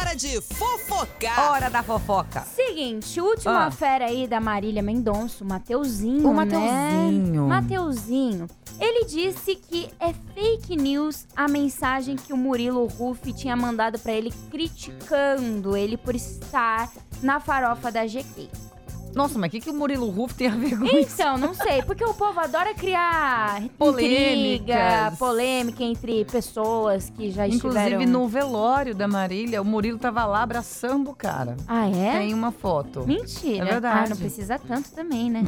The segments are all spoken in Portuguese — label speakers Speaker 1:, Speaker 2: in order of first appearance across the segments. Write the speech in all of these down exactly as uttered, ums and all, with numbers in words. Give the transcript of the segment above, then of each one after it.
Speaker 1: hora de fofocar.
Speaker 2: Hora da fofoca.
Speaker 3: Seguinte, última
Speaker 2: Ah.
Speaker 3: fera aí da Marília Mendonça, o Mateuzinho,
Speaker 2: O Mateuzinho.
Speaker 3: né? Mateuzinho. Ele disse que é fake news a mensagem que o Murilo Huff tinha mandado pra ele criticando ele por estar na farofa da G K.
Speaker 2: Nossa, mas o que, que o Murilo Huff tem a ver com isso?
Speaker 3: Então, não sei, porque o povo adora criar
Speaker 2: Polêmicas.
Speaker 3: intriga, polêmica entre pessoas que já estiveram...
Speaker 2: Inclusive, no velório da Marília, o Murilo tava lá abraçando o cara.
Speaker 3: Ah, é?
Speaker 2: Tem uma foto.
Speaker 3: Mentira.
Speaker 2: É verdade.
Speaker 3: Ah, não precisa tanto também, né?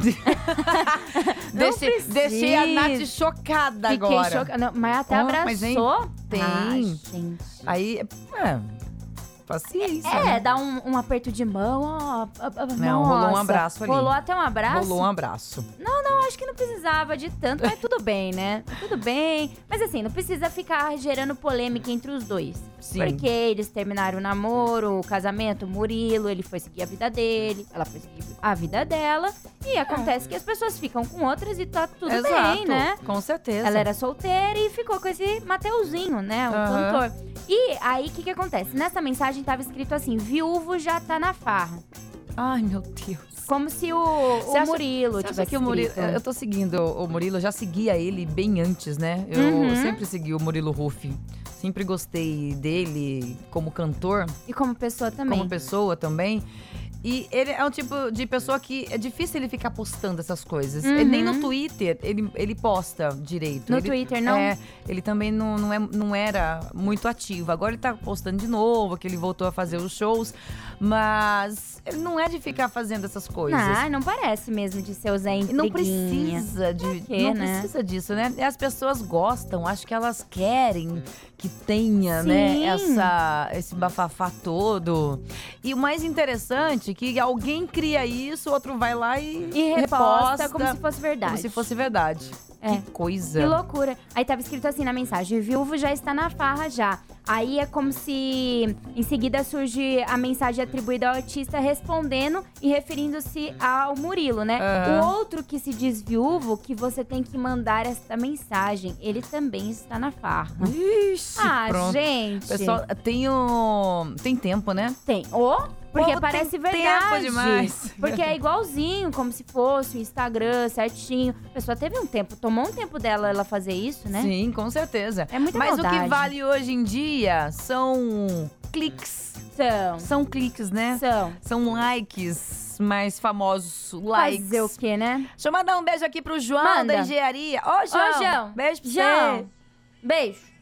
Speaker 2: Deixei,
Speaker 3: precisa.
Speaker 2: deixei a Nath chocada
Speaker 3: Fiquei
Speaker 2: agora.
Speaker 3: chocada. Mas até
Speaker 2: Oh,
Speaker 3: abraçou?
Speaker 2: mas, hein, tem.
Speaker 3: Ai, gente.
Speaker 2: Aí, é, paciência.
Speaker 3: É,
Speaker 2: né?
Speaker 3: dá um, um aperto de mão, ó.
Speaker 2: Não,
Speaker 3: nossa.
Speaker 2: rolou um abraço ali.
Speaker 3: Rolou até um abraço?
Speaker 2: Rolou um abraço.
Speaker 3: Não, não, acho que não precisava de tanto, mas tudo bem, né? Tudo bem. Mas assim, não precisa ficar gerando polêmica entre os dois.
Speaker 2: Sim.
Speaker 3: Porque eles terminaram o namoro, o casamento, o Murilo, ele foi seguir a vida dele, ela foi seguir a vida dela. E acontece que as pessoas ficam com outras e tá tudo
Speaker 2: Exato,
Speaker 3: bem, né?
Speaker 2: com certeza.
Speaker 3: Ela era solteira e ficou com esse Mateuzinho, né? O
Speaker 2: Aham.
Speaker 3: cantor. E aí, o que que acontece? Nessa mensagem tava escrito assim, viúvo já tá na farra.
Speaker 2: Ai, meu Deus.
Speaker 3: Como se o, o
Speaker 2: Você acha-
Speaker 3: Murilo
Speaker 2: Você acha
Speaker 3: tivesse
Speaker 2: que o Murilo...
Speaker 3: escrito.
Speaker 2: Eu tô seguindo o Murilo, eu já seguia ele bem antes, né? Eu
Speaker 3: Uhum.
Speaker 2: sempre segui o Murilo Huff. Sempre gostei dele como cantor,
Speaker 3: E como pessoa também.
Speaker 2: como pessoa também. E ele é um tipo de pessoa que é difícil ele ficar postando essas coisas.
Speaker 3: Uhum.
Speaker 2: Ele, nem no Twitter ele, ele posta direito.
Speaker 3: No
Speaker 2: Ele-
Speaker 3: Twitter, não?
Speaker 2: É, ele também não, não, é, não era muito ativo. Agora ele tá postando de novo, que ele voltou a fazer os shows. Mas ele não é de ficar fazendo essas coisas.
Speaker 3: Ah, não parece mesmo de ser o Zé Intriguinha.
Speaker 2: Não precisa de,
Speaker 3: quê,
Speaker 2: não
Speaker 3: né?
Speaker 2: precisa disso, né? E as pessoas gostam, acho que elas querem que tenha,
Speaker 3: Sim.
Speaker 2: né, essa, esse bafafá todo. E o mais interessante é que alguém cria isso, o outro vai lá e,
Speaker 3: E reposta como se fosse verdade.
Speaker 2: Como se fosse verdade.
Speaker 3: É.
Speaker 2: Que coisa.
Speaker 3: Que loucura. Aí tava escrito assim na mensagem, viúvo já está na farra já. Aí é como se em seguida surge a mensagem atribuída ao artista respondendo e referindo-se ao Murilo, né?
Speaker 2: Aham.
Speaker 3: O outro que se diz viúvo, que você tem que mandar esta mensagem. Ele também está na farra.
Speaker 2: Ixi,
Speaker 3: Ah,
Speaker 2: pronto.
Speaker 3: gente.
Speaker 2: Pessoal, tem, o... tem tempo, né?
Speaker 3: Tem. Ou, porque
Speaker 2: Povo
Speaker 3: parece
Speaker 2: tem
Speaker 3: verdade.
Speaker 2: tempo demais.
Speaker 3: Porque é igualzinho, como se fosse o Instagram certinho. A pessoa teve um tempo, tomou um tempo dela ela fazer isso, né?
Speaker 2: Sim, com certeza.
Speaker 3: É muita
Speaker 2: Mas o que
Speaker 3: maldade.
Speaker 2: vale hoje em dia são cliques.
Speaker 3: São.
Speaker 2: São cliques, né?
Speaker 3: São.
Speaker 2: São likes mais famosos, likes.
Speaker 3: Fazer o quê, né?
Speaker 2: Deixa eu mandar um beijo aqui pro João
Speaker 3: Manda.
Speaker 2: da engenharia. Ô, João.
Speaker 3: Ô, João.
Speaker 2: Beijo pra
Speaker 3: João.
Speaker 2: você.
Speaker 3: Beijo.